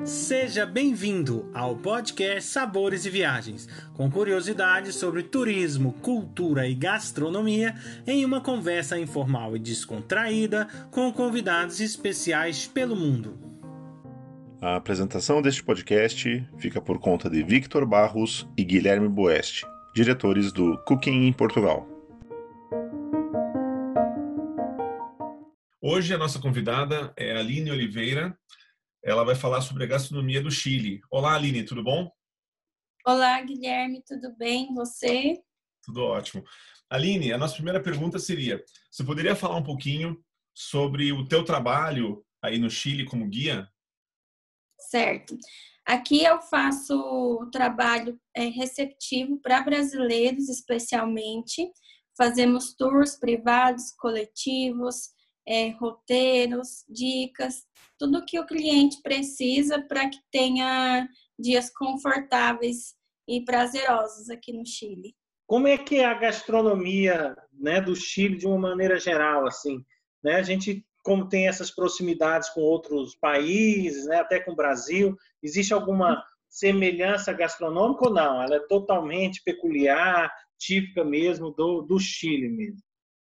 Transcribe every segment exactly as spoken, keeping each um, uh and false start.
Seja bem-vindo ao podcast Sabores e Viagens, com curiosidades sobre turismo, cultura e gastronomia, em uma conversa informal e descontraída com convidados especiais pelo mundo. A apresentação deste podcast fica por conta de Victor Barros e Guilherme Boeste, diretores do Cooking em Portugal. Hoje a nossa convidada é a Aline Oliveira. Ela vai falar sobre a gastronomia do Chile. Olá, Aline, tudo bom? Olá, Guilherme, tudo bem? Você? Tudo ótimo. Aline, a nossa primeira pergunta seria: você poderia falar um pouquinho sobre o teu trabalho aí no Chile como guia? Certo. Aqui eu faço trabalho é, receptivo para brasileiros, especialmente. Fazemos tours privados, coletivos, é, roteiros, dicas, tudo que o cliente precisa para que tenha dias confortáveis e prazerosos aqui no Chile. Como é que é a gastronomia, né, do Chile de uma maneira geral, assim, né? A gente, como tem essas proximidades com outros países, né, até com o Brasil, existe alguma semelhança gastronômica ou não? Ela é totalmente peculiar, típica mesmo do, do Chile mesmo?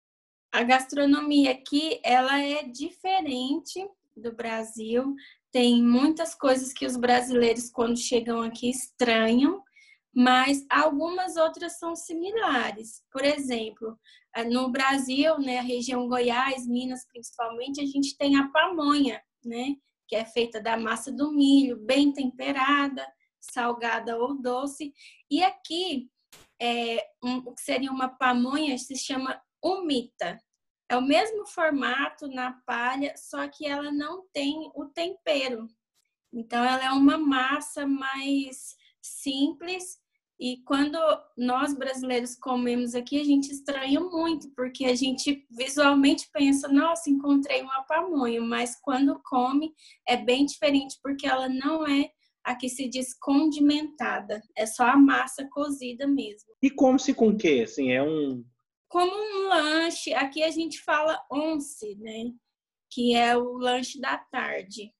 A gastronomia aqui, ela é diferente do Brasil. Tem muitas coisas que os brasileiros, quando chegam aqui, estranham, mas algumas outras são similares. Por exemplo, no Brasil, né, a região Goiás, Minas principalmente, a gente tem a pamonha, né, que é feita da massa do milho, bem temperada, salgada ou doce. E aqui, é, um, o que seria uma pamonha se chama humita. É o mesmo formato na palha, só que ela não tem o tempero. Então, ela é uma massa mais simples. E quando nós brasileiros comemos aqui, a gente estranha muito, porque a gente visualmente pensa, nossa, encontrei uma pamonha, mas quando come é bem diferente, porque ela não é a que se diz condimentada, é só a massa cozida mesmo. E come-se com o quê? Assim, é um... Como um lanche, aqui a gente fala once, né? Que é o lanche da tarde.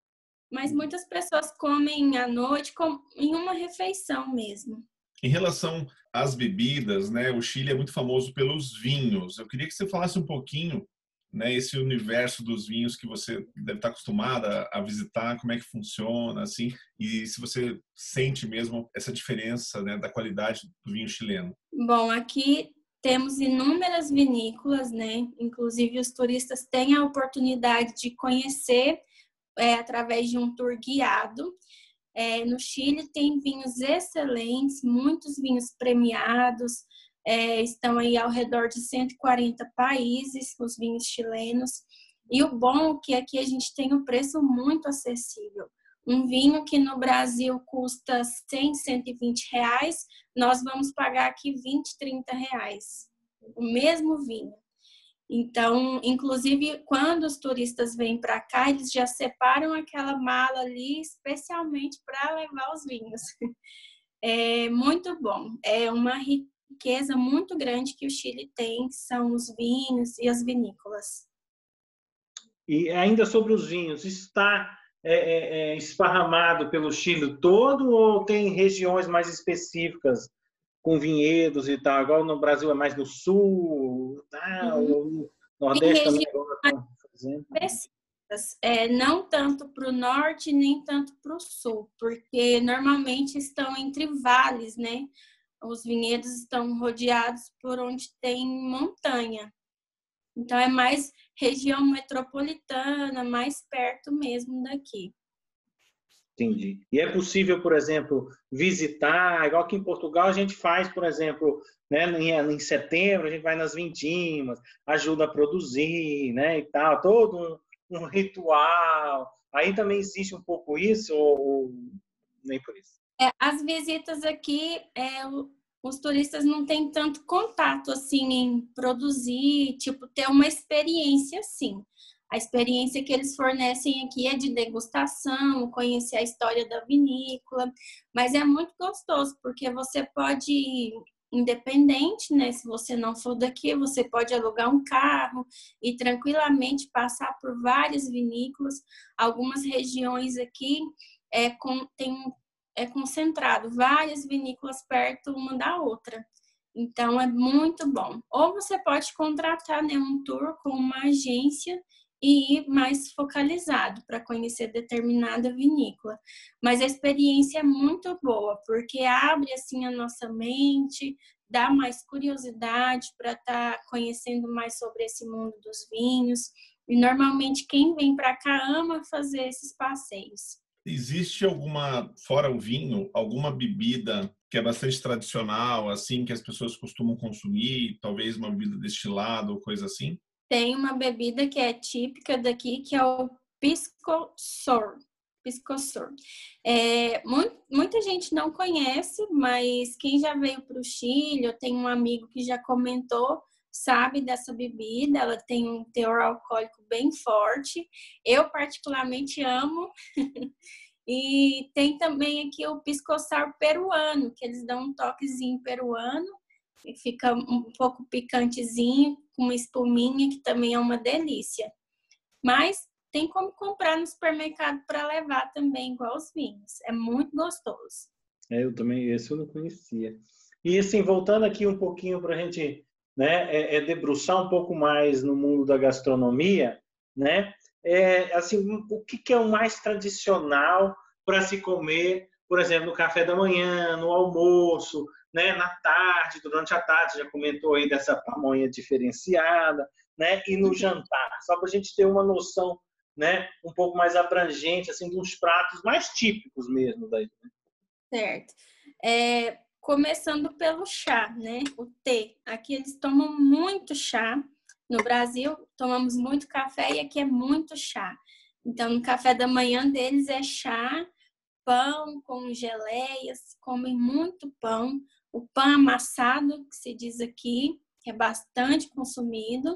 Mas muitas pessoas comem à noite em uma refeição mesmo. Em relação às bebidas, né, o Chile é muito famoso pelos vinhos. Eu queria que você falasse um pouquinho, né, esse universo dos vinhos que você deve estar acostumada a visitar, como é que funciona, assim, e se você sente mesmo essa diferença, né, da qualidade do vinho chileno. Bom, aqui temos inúmeras vinícolas, né? Inclusive os turistas têm a oportunidade de conhecer é, através de um tour guiado. É, no Chile tem vinhos excelentes, muitos vinhos premiados, é, estão aí ao redor de cento e quarenta países, os vinhos chilenos. E o bom é que aqui a gente tem um preço muito acessível. Um vinho que no Brasil custa cem, cento e vinte reais, nós vamos pagar aqui vinte, trinta reais. O mesmo vinho. Então, inclusive, quando os turistas vêm para cá, eles já separam aquela mala ali especialmente para levar os vinhos. É muito bom. É uma riqueza muito grande que o Chile tem, que são os vinhos e as vinícolas. E ainda sobre os vinhos, está é, é, é, esparramado pelo Chile todo ou tem regiões mais específicas com vinhedos e tal? Igual no Brasil é mais no sul, tá? Uhum. O Nordeste também agora estão fazendo. Específicas, é, não tanto para o norte nem tanto para o sul, porque normalmente estão entre vales, né? Os vinhedos estão rodeados por onde tem montanha. Então, é mais região metropolitana, mais perto mesmo daqui. Entendi. E é possível, por exemplo, visitar, igual que em Portugal a gente faz, por exemplo, né, em, em setembro a gente vai nas vindimas, ajuda a produzir, né, e tal, todo um, um ritual. Aí também existe um pouco isso ou, ou nem por isso? É, as visitas aqui, é, os turistas não têm tanto contato assim em produzir, tipo, ter uma experiência assim. A experiência que eles fornecem aqui é de degustação, conhecer a história da vinícola, mas é muito gostoso, porque você pode ir independente, né? Se você não for daqui, você pode alugar um carro e tranquilamente passar por várias vinícolas. Algumas regiões aqui é, com, tem, é concentrado várias vinícolas perto uma da outra. Então, é muito bom. Ou você pode contratar, né, um tour com uma agência e ir mais focalizado para conhecer determinada vinícola. Mas a experiência é muito boa, porque abre assim a nossa mente, dá mais curiosidade para estar tá conhecendo mais sobre esse mundo dos vinhos. E normalmente quem vem para cá ama fazer esses passeios. Existe alguma, fora o vinho, alguma bebida que é bastante tradicional, assim, que as pessoas costumam consumir? Talvez uma bebida destilada ou coisa assim? Tem uma bebida que é típica daqui, que é o pisco sour. Pisco sour. É, muito, muita gente não conhece, mas quem já veio para o Chile, eu tenho um amigo que já comentou, sabe dessa bebida. Ela tem um teor alcoólico bem forte. Eu particularmente amo. E tem também aqui o pisco sour peruano, que eles dão um toquezinho peruano. E fica um pouco picantezinho, com uma espuminha, que também é uma delícia. Mas tem como comprar no supermercado para levar também, igual os vinhos. É muito gostoso. É, eu também, esse eu não conhecia. E assim, voltando aqui um pouquinho para a gente, né, é, é debruçar um pouco mais no mundo da gastronomia, né? É, assim, o que, que é o mais tradicional para se comer, por exemplo, no café da manhã, no almoço, né, na tarde, durante a tarde, já comentou aí dessa pamonha diferenciada, né, e no jantar, só para a gente ter uma noção, né, um pouco mais abrangente, assim, dos pratos mais típicos mesmo daí. Né? Certo. É, começando pelo chá, né, o té. Aqui eles tomam muito chá. No Brasil, tomamos muito café e aqui é muito chá. Então, no café da manhã deles é chá, pão com geleias, comem muito pão. O pão amassado, que se diz aqui, que é bastante consumido.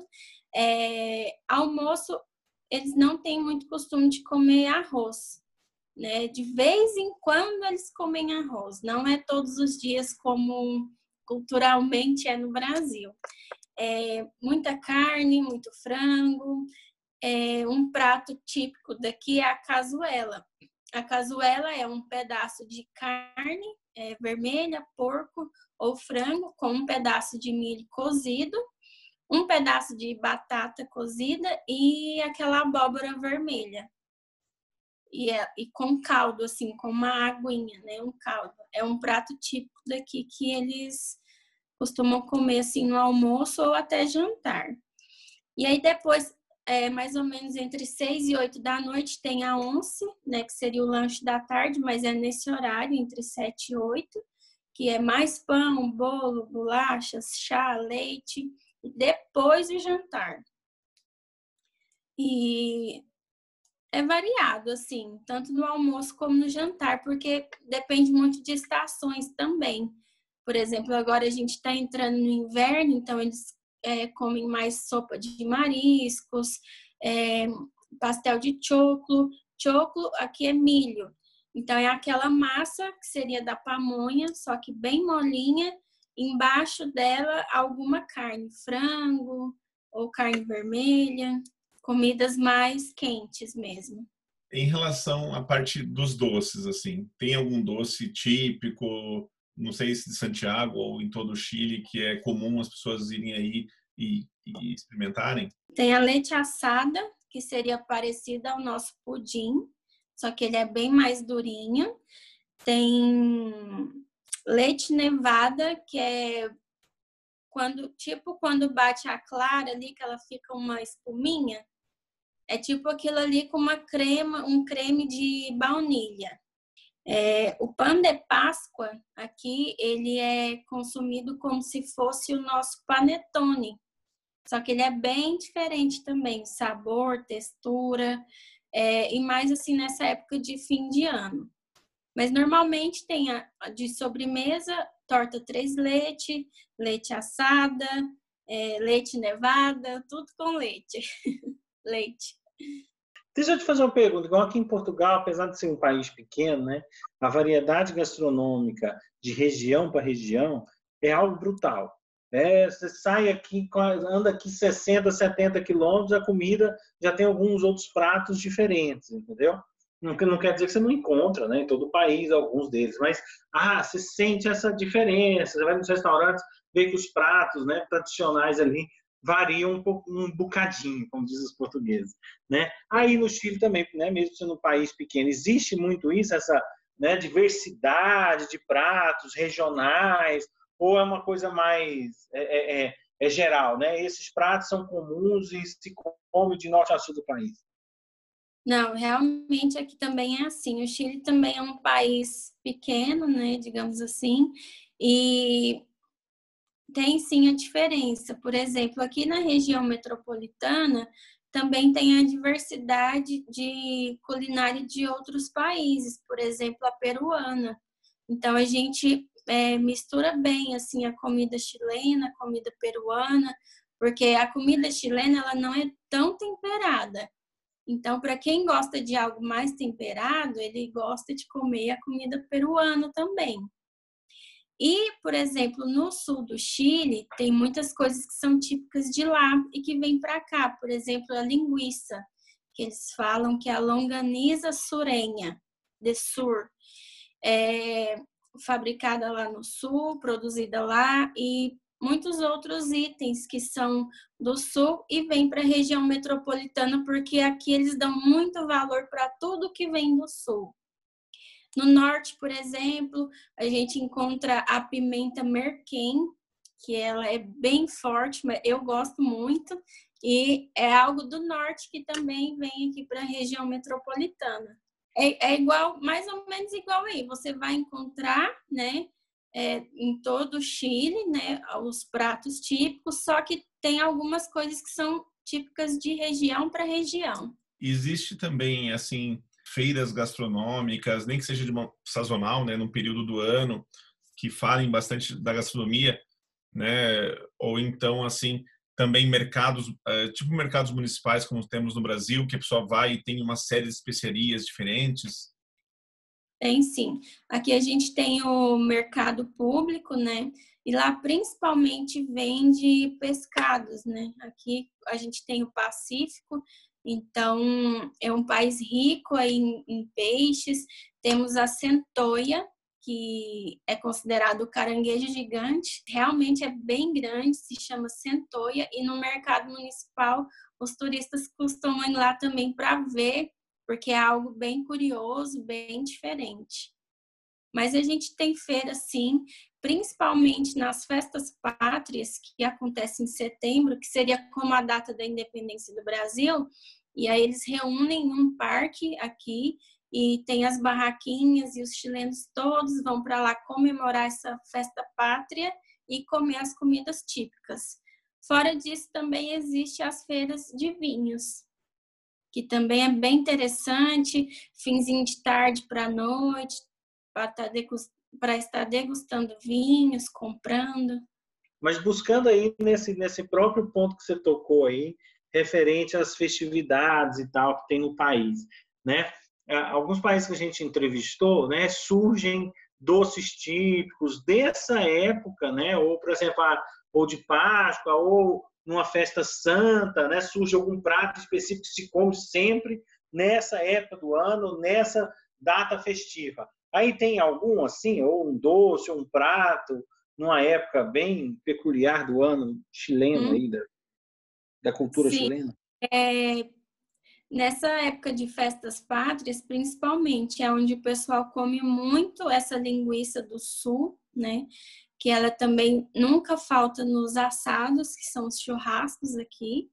É, almoço, eles não têm muito costume de comer arroz, né? De vez em quando eles comem arroz, não é todos os dias como culturalmente é no Brasil. É, muita carne, muito frango. É, um prato típico daqui é a cazuela. A cazuela é um pedaço de carne é, vermelha, porco ou frango, com um pedaço de milho cozido, um pedaço de batata cozida e aquela abóbora vermelha. E, é, e com caldo, assim, com uma aguinha, né? Um caldo. É um prato típico daqui que eles costumam comer, assim, no almoço ou até jantar. E aí depois, é, mais ou menos entre seis e oito da noite, tem a once, né? Que seria o lanche da tarde, mas é nesse horário, entre sete e oito, que é mais pão, bolo, bolachas, chá, leite, e depois o jantar. E é variado, assim, tanto no almoço como no jantar, porque depende muito de estações também. Por exemplo, agora a gente está entrando no inverno, então eles é, comem mais sopa de mariscos, é, pastel de choclo. Choclo aqui é milho. Então, é aquela massa que seria da pamonha, só que bem molinha. Embaixo dela, alguma carne, frango ou carne vermelha. Comidas mais quentes mesmo. Em relação à parte dos doces, assim, tem algum doce típico, não sei se de Santiago ou em todo o Chile, que é comum as pessoas irem aí e, e experimentarem? Tem a leite assada, que seria parecida ao nosso pudim, só que ele é bem mais durinho. Tem leite nevada, que é quando, tipo quando bate a clara ali, que ela fica uma espuminha. É tipo aquilo ali com uma crema, um creme de baunilha. É, o pão de Páscoa aqui, ele é consumido como se fosse o nosso panetone. Só que ele é bem diferente também, sabor, textura, é, e mais assim nessa época de fim de ano. Mas normalmente tem a, de sobremesa, torta três leite, leite assada, é, leite nevada, tudo com leite. Leite. Deixa eu te fazer uma pergunta. Igual aqui em Portugal, apesar de ser um país pequeno, né, a variedade gastronômica de região para região é algo brutal. É, você sai aqui, anda aqui sessenta, setenta quilômetros, a comida já tem alguns outros pratos diferentes, entendeu? Não, não quer dizer que você não encontra, né, em todo o país, alguns deles, mas ah, você sente essa diferença. Você vai nos restaurantes, vê que os pratos, né, tradicionais ali variam um, pouco, um bocadinho, como dizem os portugueses, né? Aí no Chile também, né, mesmo sendo um país pequeno, existe muito isso, essa, né, diversidade de pratos regionais, ou é uma coisa mais é, é, é geral, né? Esses pratos são comuns e se come de norte a sul do país. Não, realmente aqui também é assim. O Chile também é um país pequeno, né, digamos assim, e tem sim a diferença. Por exemplo, aqui na região metropolitana também tem a diversidade de culinária de outros países, por exemplo, a peruana. Então a gente é, mistura bem assim a comida chilena, a comida peruana, porque a comida chilena ela não é tão temperada. Então, para quem gosta de algo mais temperado, ele gosta de comer a comida peruana também. E, por exemplo, no sul do Chile, tem muitas coisas que são típicas de lá e que vêm para cá. Por exemplo, a linguiça, que eles falam que é a longaniza sureña, de sur. É fabricada lá no sul, produzida lá, e muitos outros itens que são do sul e vêm para a região metropolitana, porque aqui eles dão muito valor para tudo que vem do sul. No norte, por exemplo, a gente encontra a pimenta merquém, que ela é bem forte, mas eu gosto muito, e é algo do norte que também vem aqui para a região metropolitana. É, é igual, mais ou menos igual aí. Você vai encontrar, né, é, em todo o Chile, né, os pratos típicos, só que tem algumas coisas que são típicas de região para região. Existe também, assim, feiras gastronômicas, nem que seja de uma sazonal, né, num período do ano, que falem bastante da gastronomia, né, ou então, assim, também mercados, tipo mercados municipais, como temos no Brasil, que a pessoa vai e tem uma série de especiarias diferentes? Tem sim. Aqui a gente tem o mercado público, né? E lá principalmente vende pescados, né? Aqui a gente tem o Pacífico, então é um país rico aí em, em peixes. Temos a centoia, que é considerado o caranguejo gigante. Realmente é bem grande, se chama centoia. E no mercado municipal, os turistas costumam ir lá também para ver, porque é algo bem curioso, bem diferente. Mas a gente tem feira, sim, principalmente nas festas pátrias, que acontecem em setembro, que seria como a data da independência do Brasil, e aí eles reúnem em um parque aqui, e tem as barraquinhas, e os chilenos todos vão para lá comemorar essa festa pátria e comer as comidas típicas. Fora disso, também existe as feiras de vinhos, que também é bem interessante, finzinho de tarde para noite, para estar degustando vinhos, comprando. Mas buscando aí nesse, nesse próprio ponto que você tocou aí, referente às festividades e tal que tem no país, né? Alguns países que a gente entrevistou, né, surgem doces típicos dessa época, né? Ou, por exemplo, ou de Páscoa, ou numa festa santa, né? Surge algum prato específico que se come sempre nessa época do ano, nessa data festiva. Aí tem algum assim, ou um doce, ou um prato, numa época bem peculiar do ano chileno, hum. aí, da, da cultura Sim. chilena? É, nessa época de festas pátrias, principalmente, é onde o pessoal come muito essa linguiça do sul, né? Que ela também nunca falta nos assados, que são os churrascos aqui.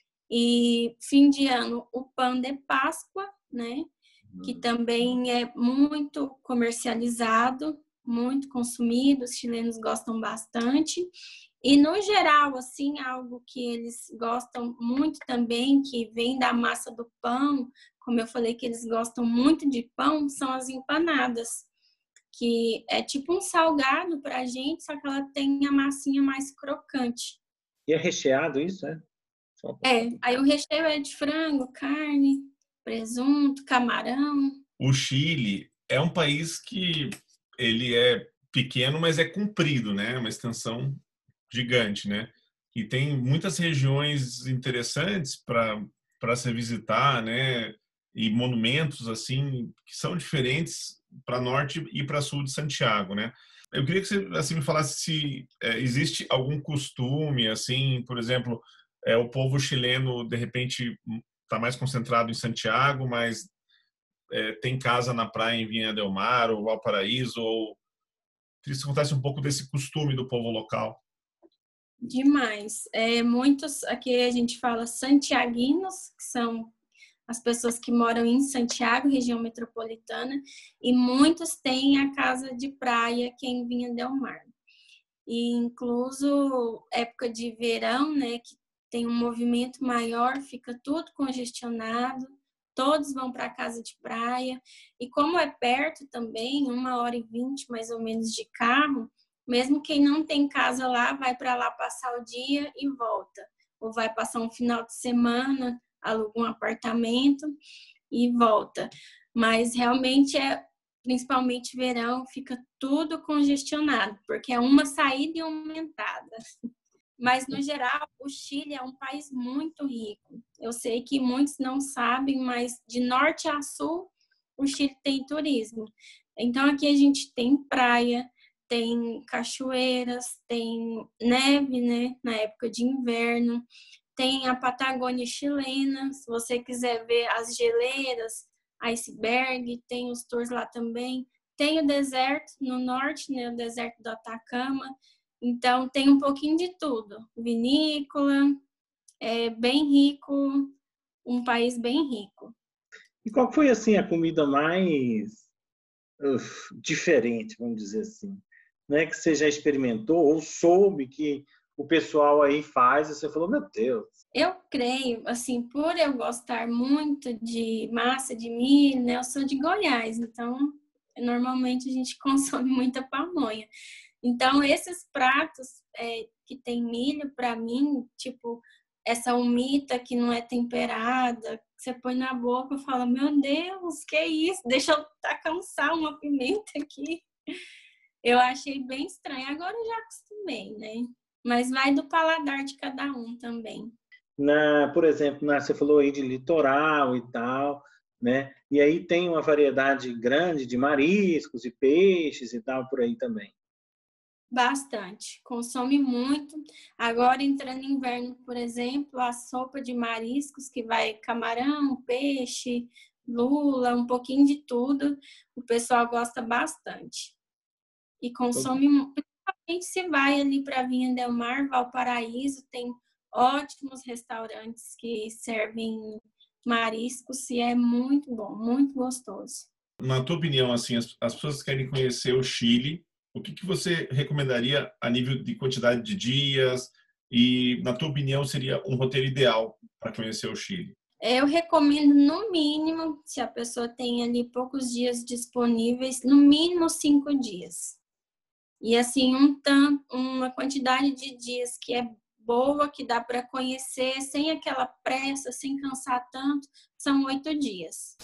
E fim de ano, o pão de Páscoa, né? Que também é muito comercializado, muito consumido, os chilenos gostam bastante. E, no geral, assim, algo que eles gostam muito também, que vem da massa do pão, como eu falei que eles gostam muito de pão, são as empanadas, que é tipo um salgado para a gente, só que ela tem a massinha mais crocante. E é recheado isso, é? É, aí o recheio é de frango, carne, presunto, camarão. O Chile é um país que ele é pequeno, mas é comprido, né? Uma extensão gigante, né? E tem muitas regiões interessantes para para se visitar, né? e monumentos assim que são diferentes para norte e para sul de Santiago, né? Eu queria que você assim me falasse se é, existe algum costume, assim, por exemplo, é, o povo chileno de repente está mais concentrado em Santiago, mas é, tem casa na praia em Viña del Mar ou Valparaíso, ou queria que você contasse um pouco desse costume do povo local. Demais. É, muitos, aqui a gente fala santiaguinos, que são as pessoas que moram em Santiago, região metropolitana, e muitos têm a casa de praia que é em Viña del Mar. E incluso época de verão, né, que tem um movimento maior, fica tudo congestionado, todos vão para a casa de praia. E como é perto também, uma hora e vinte mais ou menos de carro, mesmo quem não tem casa lá, vai para lá passar o dia e volta. Ou vai passar um final de semana, aluga um apartamento e volta. Mas realmente é, principalmente verão, fica tudo congestionado, porque é uma saída e uma entrada. Mas, no geral, o Chile é um país muito rico. Eu sei que muitos não sabem, mas de norte a sul, o Chile tem turismo. Então, aqui a gente tem praia, tem cachoeiras, tem neve, né, na época de inverno, tem a Patagônia chilena, se você quiser ver as geleiras, iceberg, tem os tours lá também. Tem o deserto no norte, né, o deserto do Atacama. Então, tem um pouquinho de tudo. Vinícola, é bem rico, um país bem rico. E qual foi, assim, a comida mais uf, diferente, vamos dizer assim, né, que você já experimentou ou soube que o pessoal aí faz e você falou, meu Deus. Eu creio, assim, por eu gostar muito de massa de milho, né, eu sou de Goiás, então normalmente a gente consome muita pamonha. Então, esses pratos é, que tem milho, para mim, tipo, essa humita que não é temperada, que você põe na boca e fala, meu Deus, que isso? Deixa eu tacar um sal, uma pimenta aqui. Eu achei bem estranho. Agora eu já acostumei, né? Mas vai do paladar de cada um também. Na, por exemplo, na, você falou aí de litoral e tal, né? E aí tem uma variedade grande de mariscos e peixes e tal por aí também. Bastante, consome muito. Agora, entrando no inverno, por exemplo, a sopa de mariscos, que vai camarão, peixe, lula, um pouquinho de tudo, o pessoal gosta bastante. E consome, principalmente se vai ali para Viña del Mar, Valparaíso, tem ótimos restaurantes que servem mariscos e é muito bom, muito gostoso. Na tua opinião, assim, as, as pessoas que querem conhecer o Chile, o que, que você recomendaria a nível de quantidade de dias e, na tua opinião, seria um roteiro ideal para conhecer o Chile? Eu recomendo, no mínimo, se a pessoa tem ali poucos dias disponíveis, no mínimo cinco dias. E, assim, um tanto, uma quantidade de dias que é boa, que dá para conhecer, sem aquela pressa, sem cansar tanto, são oito dias.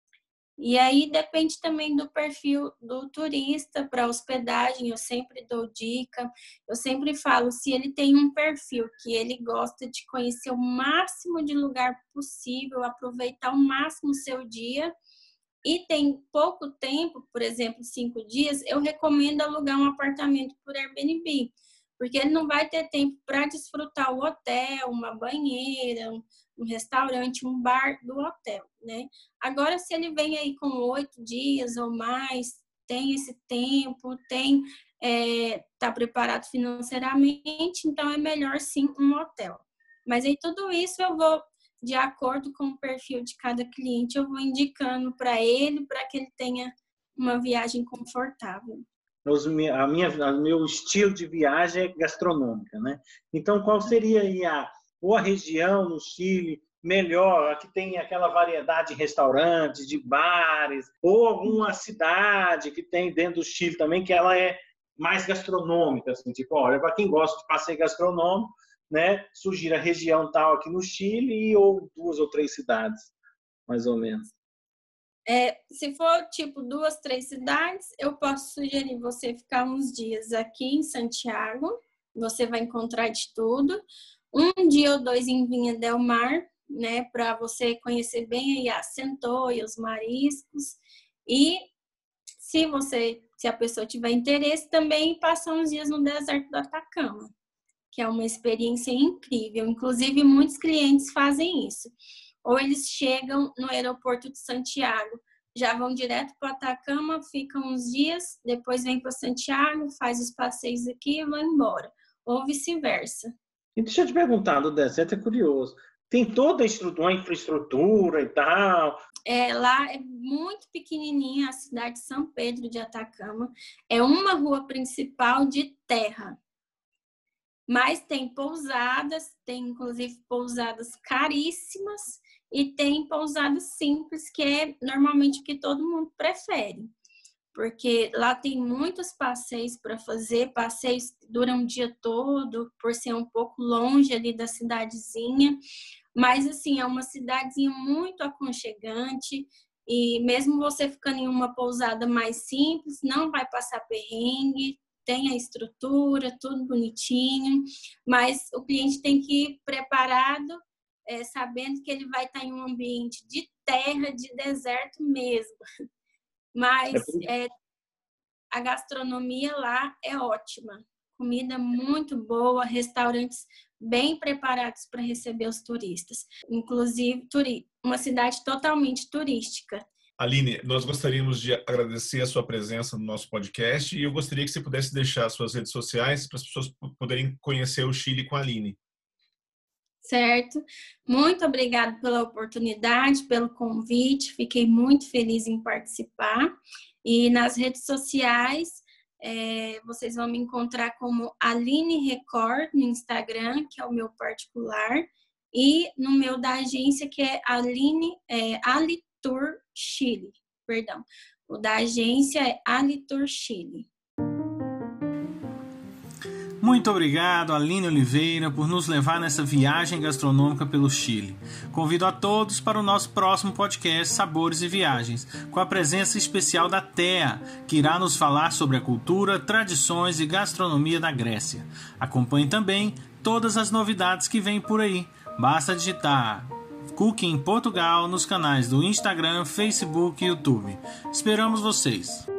E aí depende também do perfil do turista para hospedagem, eu sempre dou dica, eu sempre falo, se ele tem um perfil que ele gosta de conhecer o máximo de lugar possível, aproveitar ao máximo o seu dia, e tem pouco tempo, por exemplo, cinco dias, eu recomendo alugar um apartamento por Airbnb, porque ele não vai ter tempo para desfrutar o hotel, uma banheira, um restaurante, um bar do hotel, né? Agora, se ele vem aí com oito dias ou mais, tem esse tempo, tem é, tá preparado financeiramente, então é melhor sim um hotel. Mas aí tudo isso eu vou, de acordo com o perfil de cada cliente, eu vou indicando para ele, para que ele tenha uma viagem confortável. Os, a minha, o meu estilo de viagem é gastronômica, né? Então, qual seria aí a, ou a região no Chile melhor, a que tem aquela variedade de restaurantes, de bares, ou alguma cidade que tem dentro do Chile também, que ela é mais gastronômica, assim, tipo, olha, para quem gosta de passeio gastronômico, né, sugira a região tal aqui no Chile, ou duas ou três cidades, mais ou menos. É, se for tipo duas, três cidades, eu posso sugerir você ficar uns dias aqui em Santiago, você vai encontrar de tudo. Um dia ou dois em Viña del Mar, né, para você conhecer bem aí a centoia, os mariscos. E se você, se a pessoa tiver interesse, também passar uns dias no deserto do Atacama, que é uma experiência incrível. Inclusive, muitos clientes fazem isso. Ou eles chegam no aeroporto de Santiago, já vão direto para o Atacama, ficam uns dias, depois vem para Santiago, faz os passeios aqui e vão embora. Ou vice-versa. E deixa eu te perguntar, do deserto é curioso. Tem toda a estrutura, uma infraestrutura e tal? É, lá é muito pequenininha a cidade de São Pedro de Atacama. É uma rua principal de terra. Mas tem pousadas, tem inclusive pousadas caríssimas e tem pousadas simples, que é normalmente o que todo mundo prefere. Porque lá tem muitos passeios para fazer, passeios que duram o dia todo, por ser um pouco longe ali da cidadezinha. Mas, assim, é uma cidadezinha muito aconchegante e mesmo você ficando em uma pousada mais simples, não vai passar perrengue, tem a estrutura, tudo bonitinho, mas o cliente tem que ir preparado, é, sabendo que ele vai estar em um ambiente de terra, de deserto mesmo. Mas é, a gastronomia lá é ótima, comida muito boa, restaurantes bem preparados para receber os turistas. Inclusive, uma cidade totalmente turística. Aline, nós gostaríamos de agradecer a sua presença no nosso podcast e eu gostaria que você pudesse deixar suas redes sociais para as pessoas poderem conhecer o Chile com a Aline. Certo. Muito obrigada pela oportunidade, pelo convite. Fiquei muito feliz em participar. E nas redes sociais, é, vocês vão me encontrar como Aline Record no Instagram, que é o meu particular, e no meu da agência, que é Aline é, Alitur Chile. Perdão. O da agência é Alitur Chile. Muito obrigado, Aline Oliveira, por nos levar nessa viagem gastronômica pelo Chile. Convido a todos para o nosso próximo podcast Sabores e Viagens, com a presença especial da Thea, que irá nos falar sobre a cultura, tradições e gastronomia da Grécia. Acompanhe também todas as novidades que vêm por aí. Basta digitar Cooking Portugal nos canais do Instagram, Facebook e YouTube. Esperamos vocês!